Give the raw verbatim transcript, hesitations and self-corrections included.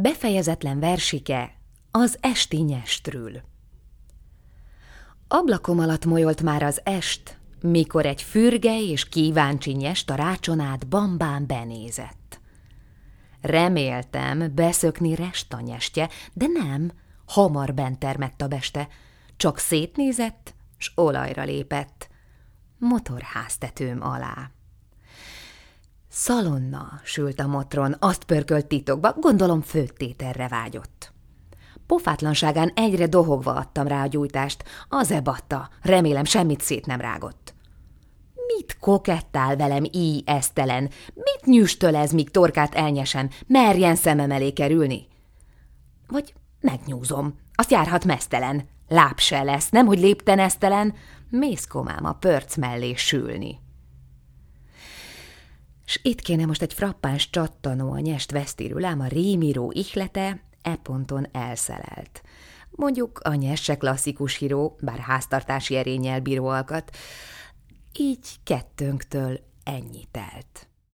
Befejezetlen versike az esti nyestrül. Ablakom alatt molyolt már az est, mikor egy fürge és kíváncsi nyest a rácson át bambán benézett. Reméltem beszökni resta nyestje, de nem, hamar bent termett a beste, csak szétnézett, s olajra lépett, motorháztetőm alá. Szalonna sült a motron, azt pörkölt titokba, gondolom főttéterre vágyott. Pofátlanságán egyre dohogva adtam rá a gyújtást, az ebatta, remélem semmit szét nem rágott. Mit kokettál velem, íj esztelen? Mit nyüstöl ez, míg torkát elnyesem, merjen szemem elé kerülni? Vagy megnyúzom, azt járhat mesztelen, láb se lesz, nemhogy lépten esztelen, mészkomám a pörc mellé sülni. S itt kéne most egy frappáns csattanó a nyest vesztírül, ám a rémíró ihlete e ponton elszelelt. Mondjuk a nyest se klasszikus híró, bár háztartási erénnyel bíró alkat, így kettőnktől ennyi telt.